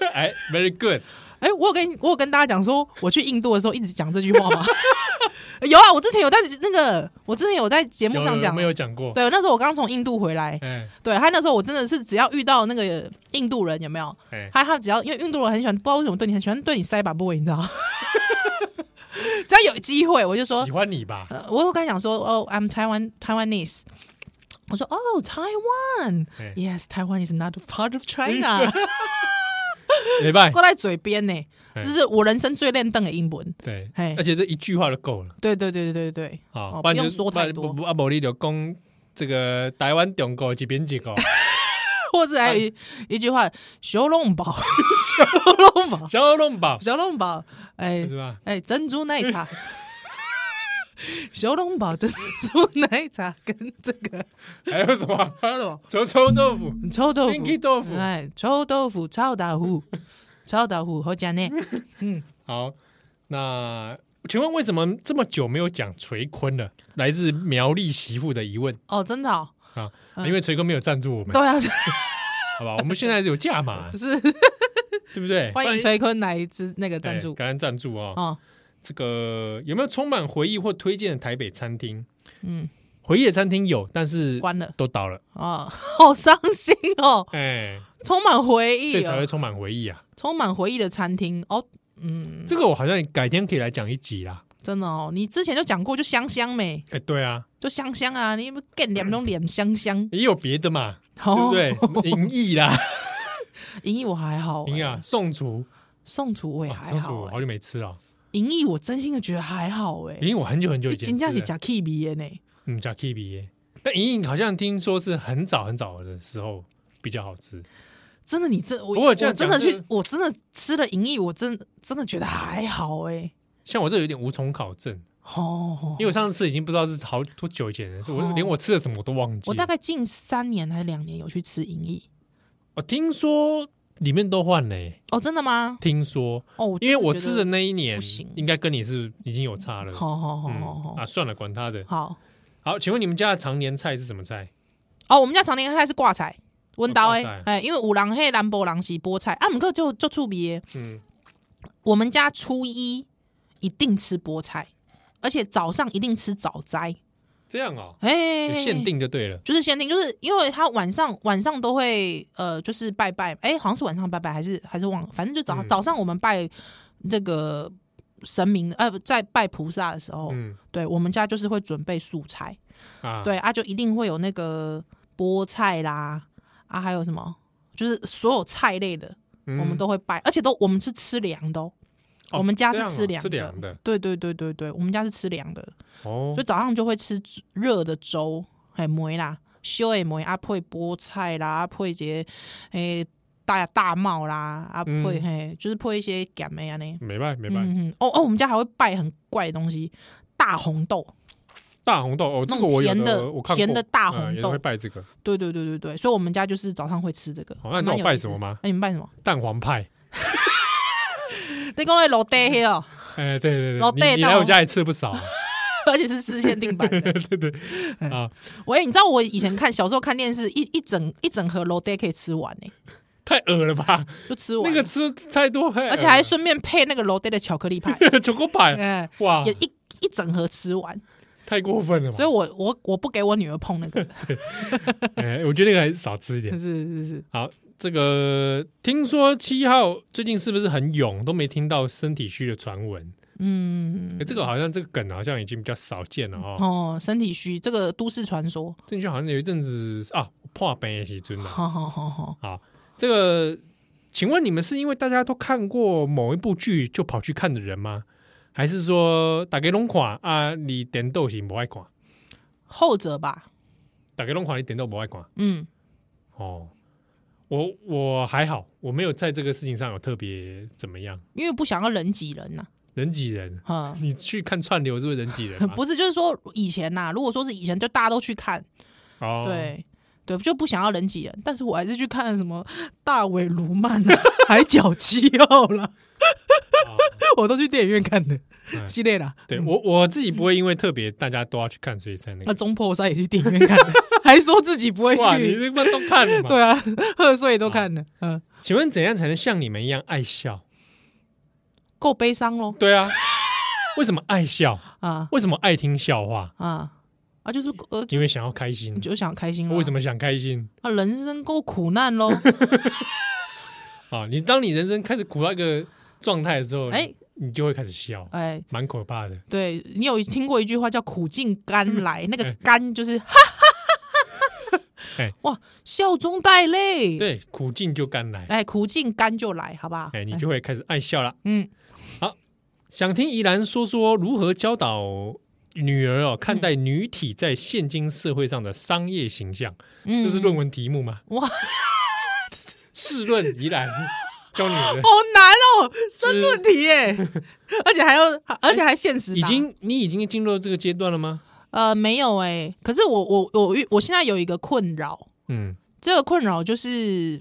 哎 ，very good。 我有跟大家讲说，我去印度的时候一直讲这句话吗？有啊，我之前有在节目上讲， 没有讲过。 对，那时候我刚从印度回来，对，他那时候我真的是只要遇到那个印度人，有没有？他只要因为印度人很喜欢，不知道为什么对你很喜欢对你塞把布，你知道？只要有机会，我就说喜欢你吧。 我有跟他讲说，I'm Taiwanese。我说Taiwan yes Taiwan is not a part of China 没办法挂在嘴边呢，这是我人生最练邓的英文。 对，而且这一句话就够了。 对，好，不用说太多。 不然就讲这个台湾中国一边一个， 或者还有一句话小笼包，小笼包，珍珠奶茶。小笼包、珍珠奶茶跟这个还有什么？臭豆腐、臭豆腐、臭豆腐，好讲呢。 好，那请问为什么这么久没有讲垂坤了？来自苗栗媳妇的疑问。 真的因为垂坤没有赞助我们。 对啊， 好吧，我们现在有价码， 是， 对不对？ 欢迎垂坤来那个赞助， 感恩赞助啊。这个有没有充满回忆或推荐的台北餐厅？回忆的餐厅有，但是关了， 都倒了好伤心哦。充满回忆， 所以才会充满回忆啊。 充满回忆的餐厅这个我好像改天可以来讲一集啦。 真的你之前就讲过，就香香没？ 对啊， 就香香啊，你更两种脸香香， 也有别的嘛，对不对？银翼啦， 银翼我还好， 银翼啊，宋厨我也还好， 我好久没吃了。 银翼我真心的觉得还好银翼我很久以前真的是假 K B 呢， 假 K B 耶。但银翼好像听说是很早的时候比较好吃。 真的，我真的吃了银翼，我真的觉得还好像我这有点无从考证因为我上次吃已经不知道是好多久以前了，我连我吃了什么我都忘记。 我大概近3年还是2年有去吃银翼。 我听说里面都换了真的吗？ 听说因为我吃的那一年应该跟你是已经有差了。好算了，管他的。好，请问你们家的常年菜是什么菜？ 我们家常年菜是挂菜，温刀因为有人黑南部人是菠菜不过就趣味的。我们家初一一定吃菠菜，而且早上一定吃早斋。 这样限定就对了， 就是限定，就是因为他晚上都会就是拜拜，好像是晚上拜拜还是忘了，反正就早上我们拜这个神明在拜菩萨的时候，对我们家就是会准备素菜对就一定会有那个菠菜啦还有什么，就是所有菜类的我们都会拜，而且我们是吃凉的我们家是吃凉的，对，我们家是吃凉的所以早上就会吃热的粥，梅啦，烧的梅配菠菜啦，配一些大帽啦配就是配一些咸的啊呢， 没办我们家还会拜很怪的东西，大红豆， 这个我有的，我看过甜的大红豆也会拜这个， 对，所以我们家就是早上会吃这个。 那你知道我拜什么吗？ 你们拜什么？ 蛋黄派。 你讲那老爹黑哦， 对，你来我家也吃不少而且是吃限定版的。 对你知道我以前小时候看电视，一整盒老爹可以吃完太恶了吧？ 就吃完那个吃太多， 而且还顺便配那个老爹的巧克力派， 巧克力派，哇， 也一整盒吃完， 太过分了吧？ 所以我不给我女儿碰那个。 我觉得那个还是少吃一点。 是。 好。这个听说7号最近是不是很勇，都没听到身体虚的传闻？ 这个好像这个梗好像已经比较少见了哦。身体虚这个都市传说， 身体虚好像有一阵子破病的时阵好， 这个，请问你们是因为大家都看过某一部剧就跑去看的人吗？还是说大家拢看啊？你点豆是不爱看？ 后者吧。 大家拢看，你点豆不爱看？我还好，我没有在这个事情上有特别怎么样， 因为不想要人挤人呐。 人挤人，你去看串流是不是人挤人？ 不是，就是说以前呐，如果说是以前，就大家都去看，对，就不想要人挤人。但是我还是去看什么大尾卢曼啊、海角七号啦，我都去电影院看的系列啦。 对我自己不会因为特别大家都要去看，所以才那个。 中破赛也去电影院看的，还说自己不会去。 哇，你这都看了嘛？ 对啊，贺岁都看了。 请问怎样才能像你们一样爱笑？ 够悲伤咯。 对啊，为什么爱笑啊？为什么爱听笑话就是因为想要开心， 就想开心。 为什么想开心？ 人生够苦难咯。 当你人生开始苦到一个状态的时候，你就会开始笑，蛮可怕的。 对，你有听过一句话叫苦尽甘来，那个甘就是哇，笑中带泪。 对，苦尽就甘来。 苦尽甘就来，好不好？ 你就会开始爱笑了。好，想听宜兰说说如何教导女儿看待女体在现今社会上的商业形象。这是论文题目吗？哇，试论宜兰教女儿，好难哦，申论题耶，而且还限时。 你已经进入这个阶段了吗？ 没有可是我现在有一个困扰，这个困扰就是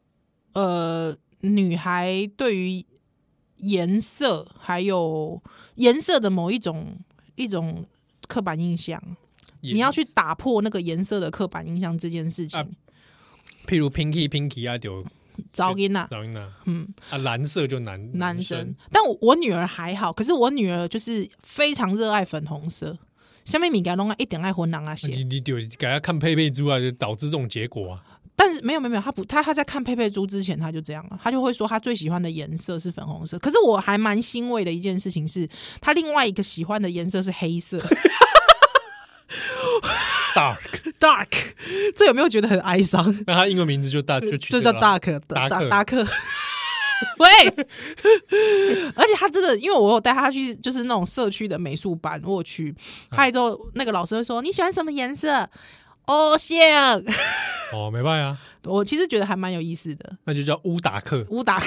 女孩对于颜色还有颜色的某一种刻板印象，你要去打破那个颜色的刻板印象这件事情。 譬如 pinky 啊，就早音呐， 蓝色就男生。 但我女儿还好，可是我女儿就是非常热爱粉红色。下面米给弄一点爱混狼写， 你就给他看佩佩猪就导致这种结果啊。 但是没有，他在看佩佩猪之前他就这样了，他就会说他最喜欢的颜色是粉红色。可是我还蛮欣慰的一件事情是，他另外一个喜欢的颜色是黑色。dark， 这有没有觉得很哀伤？ 那他英文名字就叫 dark。喂，而且他真的，因为我有带他去，就是那种社区的美术班，我去，他之后那个老师会说你喜欢什么颜色？像没办法， 我其实觉得还蛮有意思的， 那就叫乌达克，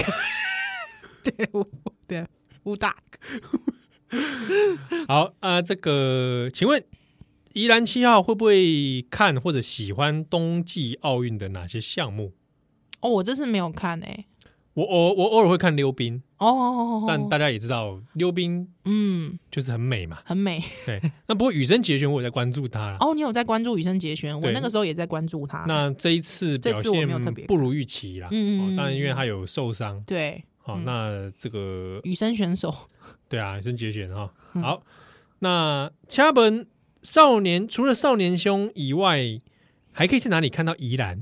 对，乌达克。 好这个，请问宜兰7号会不会看或者喜欢冬季奥运的哪些项目？ 我这次没有看我偶尔会看溜冰但大家也知道溜冰就是很美嘛， 很美。 对，那不过羽生结弦我有在关注他你有在关注羽生结弦？我那个时候也在关注他。 那这一次表现不如预期啦，当然因为他有受伤。 对， 那这个羽生选手， 对啊，羽生结弦好，那掐本少年除了少年兄以外，还可以在哪里看到宜兰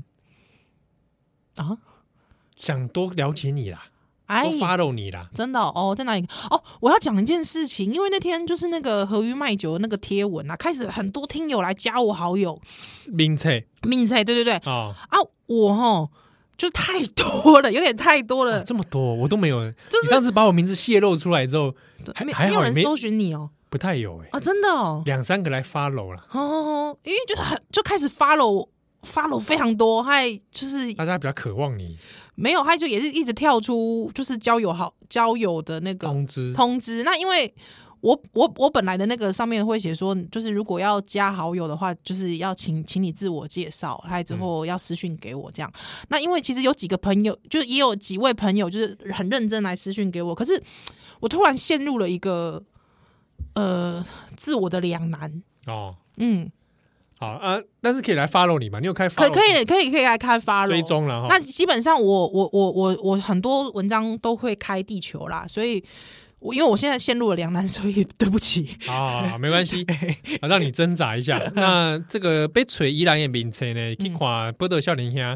想多了解你啦，多 follow 你啦， 真的在哪里？我要讲一件事情，因为那天就是那个和鱼卖酒的那个贴文开始很多听友来加我好友， 名菜， 对我就太多了，有点太多了， 这么多我都没有。你上次把我名字泄露出来之后，还好没有人搜寻你不太有真的 2-3个来 follow 了因为就开始 follow 非常多，还就是大家比较渴望你。 没有，他就也是一直跳出就是交友的那个通知。那因为我本来的那个上面会写说，就是如果要加好友的话，就是要请你自我介绍，还之后要私讯给我这样。那因为其实有几个朋友，就是也有几位朋友，就是很认真来私讯给我，可是我突然陷入了一个自我的两难好但是可以来 follow 你嘛？你有开 follow？ 可以来开 follow 追踪了。 那基本上我很多文章都会开地球啦，所以因为我现在陷入了两难，所以对不起。 好，没关系，让你挣扎一下。那这个被锤宜兰的名称呢，去看报道少年兄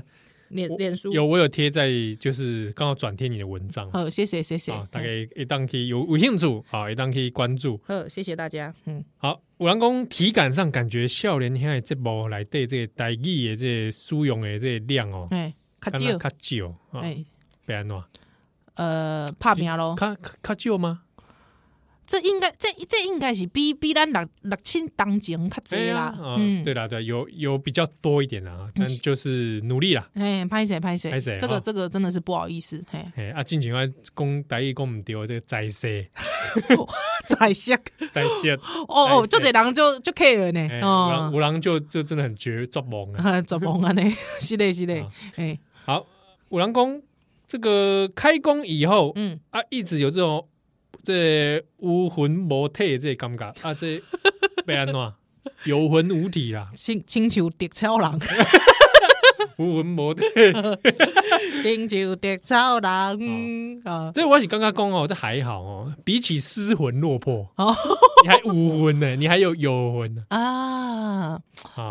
脸书有，我有贴在，就是刚好转贴你的文章。 好，谢谢， 大概一档可以有兴趣，好，一档可以关注。 好，谢谢大家。 好，有人讲体感上感觉少年兄的节目来对这个台语的这个使用的这个量哦， 较少，不然喏， 拍拼咯， 较少吗？ 这应该是比咱六亲当前较济啦。 对啦，对，有比较多一点啦，但就是努力啦。 拍谁，这个真的是不好意思。 进前我讲台语讲唔对，这个在色， 在色，哦，就这人就 care 呢。 有人就真的很做梦啊，做梦啊呢，是嘞。 好，有人讲这个开工以后，一直有这种。这无魂无体这感觉啊，这被安怎有魂无体啦， 亲像迪超人， 无魂无体， 亲像迪超人啊。 这我是刚刚讲哦，这还好哦，比起失魂落魄，你还无魂呢，你还有魂呢啊，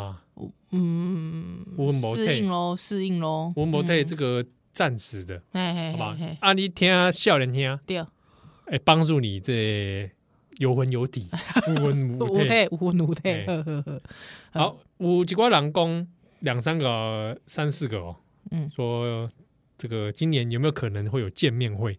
无魂无体适应咯， 无魂无体这个暂时的，好吧？啊，你听少年听对。帮助你这有魂有体，无魂无体。好，有一寡人讲2-3个、3-4个哦，说这个今年有没有可能会有见面会？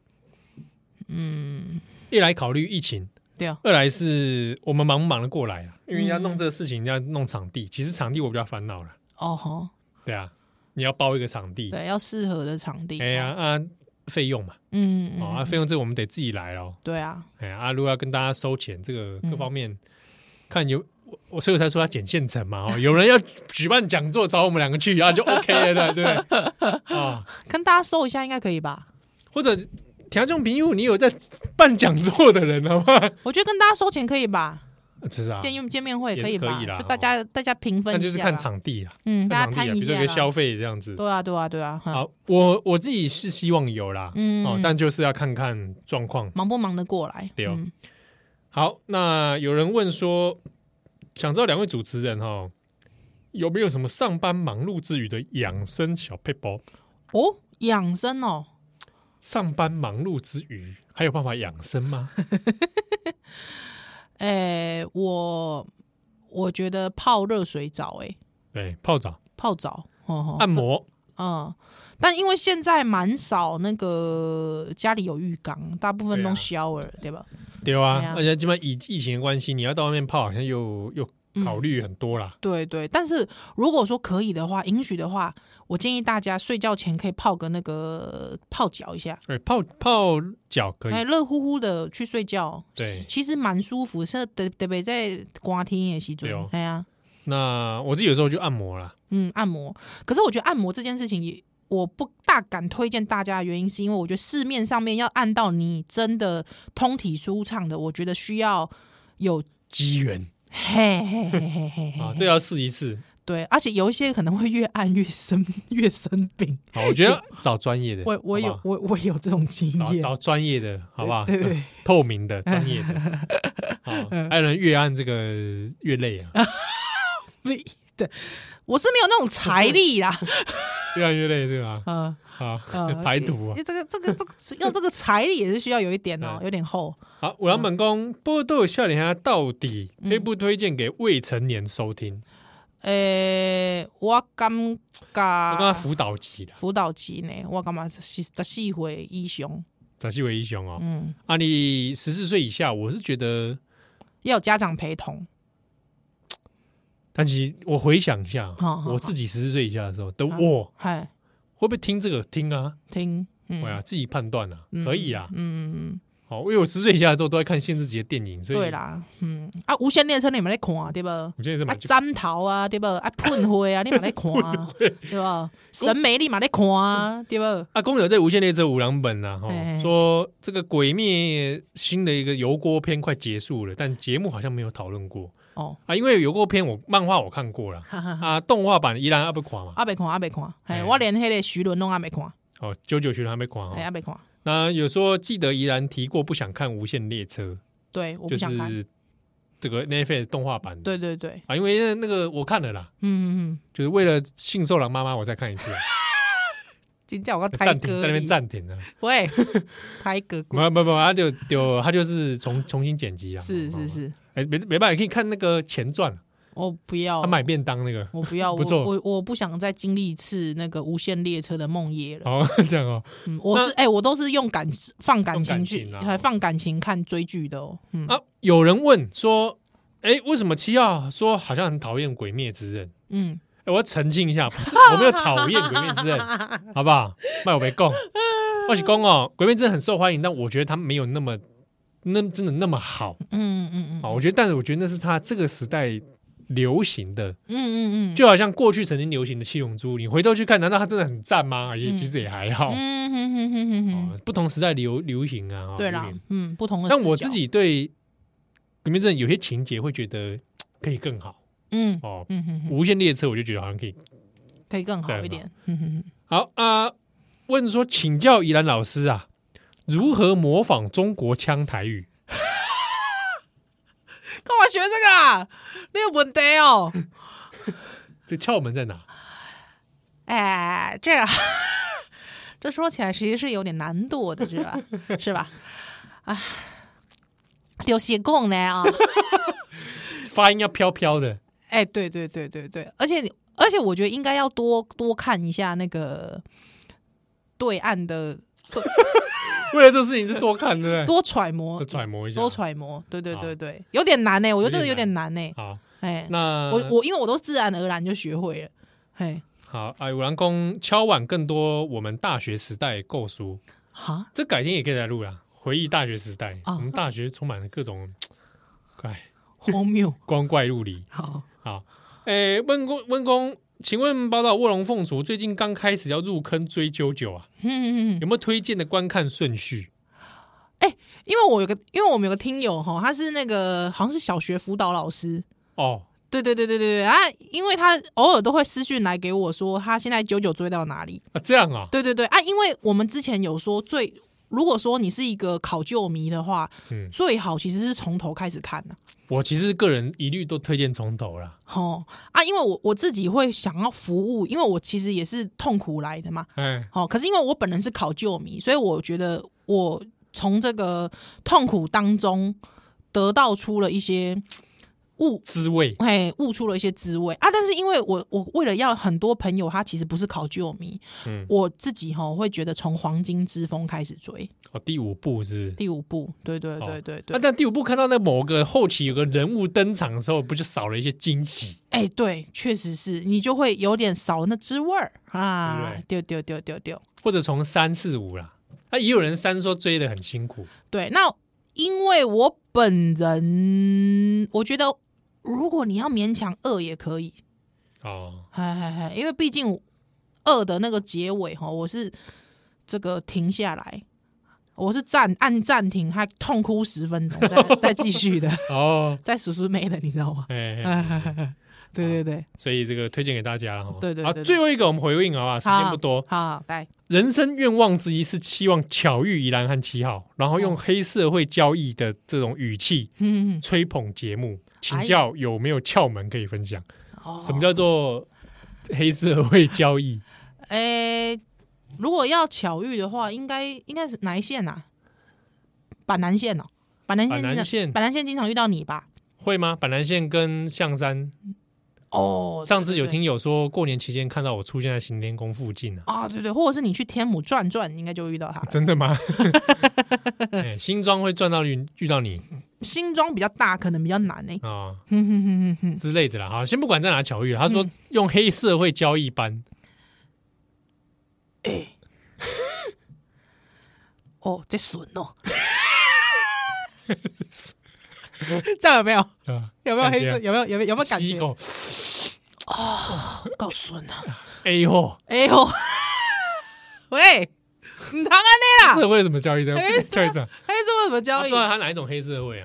一来考虑疫情，对啊；二来是我们忙不忙得过来啊？因为要弄这个事情，要弄场地，其实场地我比较烦恼了。哦，对啊，你要包一个场地， 对，要适合的场地。 哎呀费用嘛，费用这个我们得自己来咯。 对啊， 如果要跟大家收钱，这个各方面看有所以我才说要捡现成嘛。有人要举办讲座找我们2个去就 OK 了，对不对？ 跟大家收一下应该可以吧？ 或者听众朋友，你有在办讲座的人好吗？ 我觉得跟大家收钱可以吧？ 是啊， 见面会可以吧？就大家平分一下， 那就是看场地啊， 大家摊一下， 比如说消费这样子。 对啊。 好，我自己是希望有啦，但就是要看看状况， 忙不忙得过来。 对。好，那有人问说，想知道2位主持人有没有什么上班忙碌之余的养生小撇步？ 哦，养生哦， 上班忙碌之余还有办法养生吗？ 我觉得泡热水澡， 对，泡澡，按摩， 但因为现在蛮少那个家里有浴缸，大部分都 shower，对吧？ 对啊，而且基本上疫情的关系，你要到外面泡，好像又考虑很多啦。 对，但是如果说可以的话，允许的话，我建议大家睡觉前可以泡个那个泡脚一下。 对，泡脚可以， 热乎乎的去睡觉。 对， 其实蛮舒服，是特别在寒天的时候。对啊， 那我自己有时候就按摩啦。 按摩。可是我觉得按摩这件事情我不大敢推荐大家的原因，是因为我觉得市面上面要按到你真的通体舒畅的，我觉得需要有机缘。这要试一试。 对，而且有一些可能会越按越生病。 好，我觉得找专业的， 我有这种经验， 找专业的好不好？ 对， 透明的专业的。还有人越按这个越累啊。 对，我是没有那种财力啦。 越按越累，对吧？排毒啊！ 这个用这个财力也是需要有一点有点厚。 好，有人问讲，波豆笑脸下到底推不推荐给未成年收听？ 我感觉辅导期呢，我感觉是14岁以上。 14岁以上哦。你14岁以下，我是觉得要有家长陪同。 但其实我回想一下，我自己14岁以下的时候的我，会不会听这个？听啊， 听， 自己判断啊，可以啊，好，因为我10岁以下的时候都在看限制级的电影，所以对啦，无限列车你们在看对吧？斩头啊，对吧？喷灰啊，你们在看对吧？审美你嘛在看对吧？ 公牛在无限列车5两本啊，说这个鬼灭新的一个油锅篇快结束了，但节目好像没有讨论过。因为油锅篇漫画我看过了，动画版依然还没看嘛， 还没看，我连那个徐伦都还没看。 99徐伦还没看， 还没看。 那有说记得宜兰提过不想看无限列车， 对，我不想看， 就是这个 Netflix 动画版的， 对因为那个我看了啦，就是为了信受郎妈妈我再看一次。 今叫我台哥在那边暂停了。 喂，台哥， 不，他就是重新剪辑啊。 是， 没办法，可以看那个前传。 我不要， 他买便当那个， 我不要， 不错， 我不想再经历一次那个无限列车的梦夜了。 哦，这样哦， 我都是用放感情去，还放感情看追剧的哦。 有人问说，为什么7号说好像很讨厌《鬼灭之刃》？我要澄清一下，不是我没有讨厌《鬼灭之刃》，好不好？卖我没供，我是公哦，《鬼灭之刃》很受欢迎，但我觉得它没有真的那么好。但是我觉得那是他这个时代流行的，就好像过去曾经流行的《七龙珠》，你回头去看，难道它真的很赞吗？其实也还好。不同时代流行啊， 对啦，不同的。 但我自己对《鬼灭之刃》有些情节会觉得可以更好。无限列车我就觉得好像可以更好一点。 好啊，问说请教宜兰老师啊，如何模仿中国腔台语？ 干嘛学这个啊？你有问题哦。 这窍门在哪？ 这说起来其实是有点难度的，是吧？有些讲呢啊， 发音要飘飘的。 对，而且我觉得应该要多看一下那个对岸的。 为了这事情就多看，对不对？ 多揣摩一下，对，有点难呢。我觉得这个有点难呢。 好， 那我因为我都自然而然就学会了。 好，有人讲敲碗更多我们大学时代构书，这改天也可以来录啦。回忆大学时代，我们大学充满了各种荒谬、 光怪陆离。好，温公，请问宝岛卧龙凤雏最近刚开始要入坑追啾啊，有没有推荐的观看顺序？ 因为我们有个听友他是那个好像是小学辅导老师哦，对因为他偶尔都会私讯来给我说他现在啾追到哪里这样啊？ 对因为我们之前有说如果说你是一个考究迷的话，最好其实是从头开始看的。 我其实个人一律都推荐从头啦。 因为我自己会想要服务，因为我其实也是痛苦来的嘛。可是因为我本人是考究迷，所以我觉得我从这个痛苦当中得到出了一些滋味， 悟出了一些滋味啊！但是因为我为了要很多朋友，他其实不是考究迷，我自己会觉得从黄金之风开始追。 第5部是第5部，对。 但第5部看到那某个后期有个人物登场的时候，不就少了一些惊喜？ 对，确实是你就会有点少那滋味啊！丢， 或者从3、4、5啦，也有人3说追得很辛苦。 对，那因为我本人我觉得。如果你要勉强2也可以因为毕竟2的那个结尾我是这个停下来，我是按暂停，还痛哭10分钟，再继续的再数数没的，你知道吗？对， 所以这个推荐给大家了。 对， 最后一个我们回应好不好？时间不多， 好，来， 人生愿望之一是期望巧遇宜兰和7号，然后用黑社会交易的这种语气吹捧节目，请教有没有窍门可以分享？什么叫做黑社会交易？ 如果要巧遇的话，应该是哪一线啊？板南线哦，板南线经常遇到你吧？ 会吗？板南线跟象山。上次有听友说过年期间看到我出现在行天宫附近对，或者是你去天母转，应该就遇到他。 真的吗？新庄会转到遇到你， 新庄比较大，可能比较难之类的啦。好，先不管在哪巧遇，他说用黑社会交易班。 这损哦。这样有没有？有没有黑色？有没有感觉？够损啊！ 哎呦！ 喂，你谈安内啦？ 黑社会怎么交易？交易这？ 黑社会怎么交易？ 他哪一种黑社会啊？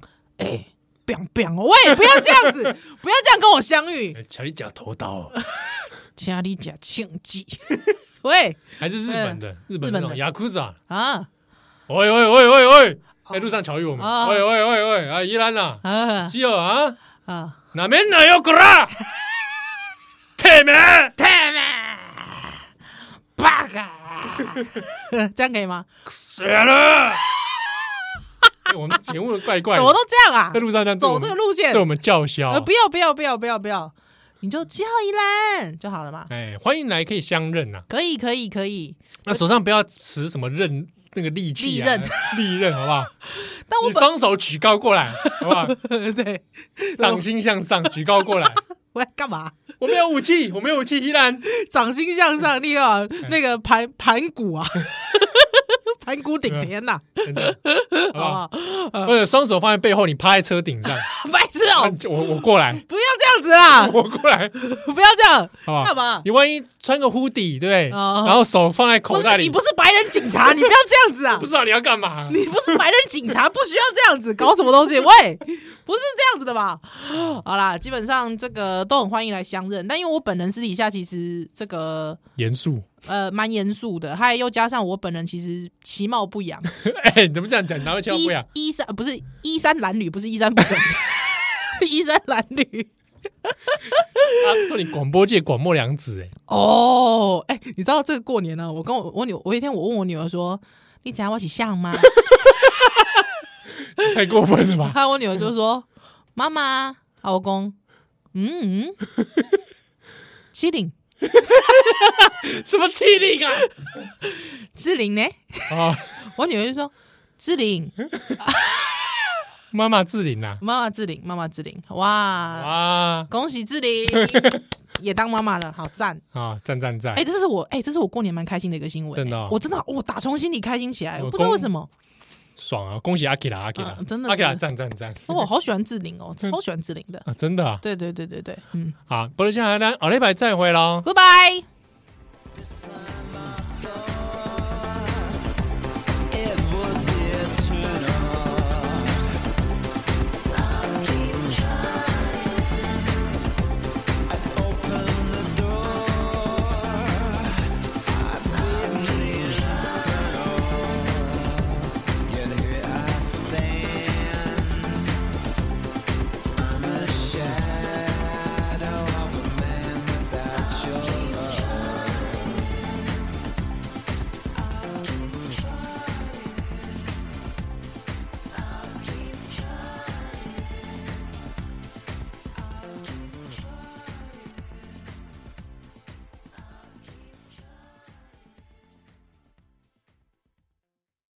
喂，不要这样子，不要这样跟我相遇。 请你夹头刀， 请你夹庆忌。喂， 还是日本的那种雅库扎啊？ 喂！在路上巧遇我们，喂，宜兰呐，基友啊，哪边哪有过啦？太美， 这样可以吗？ 死了！我们节目怪怪的， 怎么都这样啊？ 在路上这样走这个路线， 对我们叫嚣。 不要，你就叫宜兰就好了嘛。 哎，欢迎来，可以相认呐。 可以。 那手上不要持什么刃那个利器啊，利刃好不好？ 但我你双手举高过来，好不好？ 对， 掌心向上，举高过来。 我要干嘛？ 我没有武器，依然掌心向上，那个盘骨啊。盘古顶天呐， 好不好？或者双手放在背后，你趴在车顶上， 白痴哦！ 我过来， 不要这样子啦！ 我过来， 不要这样，干嘛？ 你万一穿个 hoodie， 对不对？然后手放在口袋里， 你不是白人警察，你不要这样子啊！ 不知道你要干嘛？ 你不是白人警察，不需要这样子，搞什么东西？喂，不是这样子的吧？好啦，基本上这个都很欢迎来相认，但因为我本人私底下其实这个严肃。 蛮严肃的，还又加上我本人其实其貌不扬。 哎，你怎么这样讲？哪会其貌不扬？ 不是衣衫褴褛，不是衣衫不整，衣衫褴褛。 他说你广播界广末凉子你知道这个过年呢？我有一天我问我女儿说：“你怎样我起像吗？” 太过分了吧？ 还有我女儿就说：“妈妈，老公，七零。” 什么七零啊？ 志玲呢？我女儿就说志玲， 妈妈志玲啊， 妈妈志玲，哇，恭喜志玲也当妈妈了，好赞啊，赞！ 这是我过年蛮开心的一个新闻， 真的， 我真的我打从心里开心起来，我不知道为什么。 爽啊！恭喜阿 K 啦， 真的阿 K 啦，赞！ 我好喜欢志玲哦，超喜欢志玲的啊，真的啊， 对， 好，不如现在下礼拜再会喽 ，Goodbye。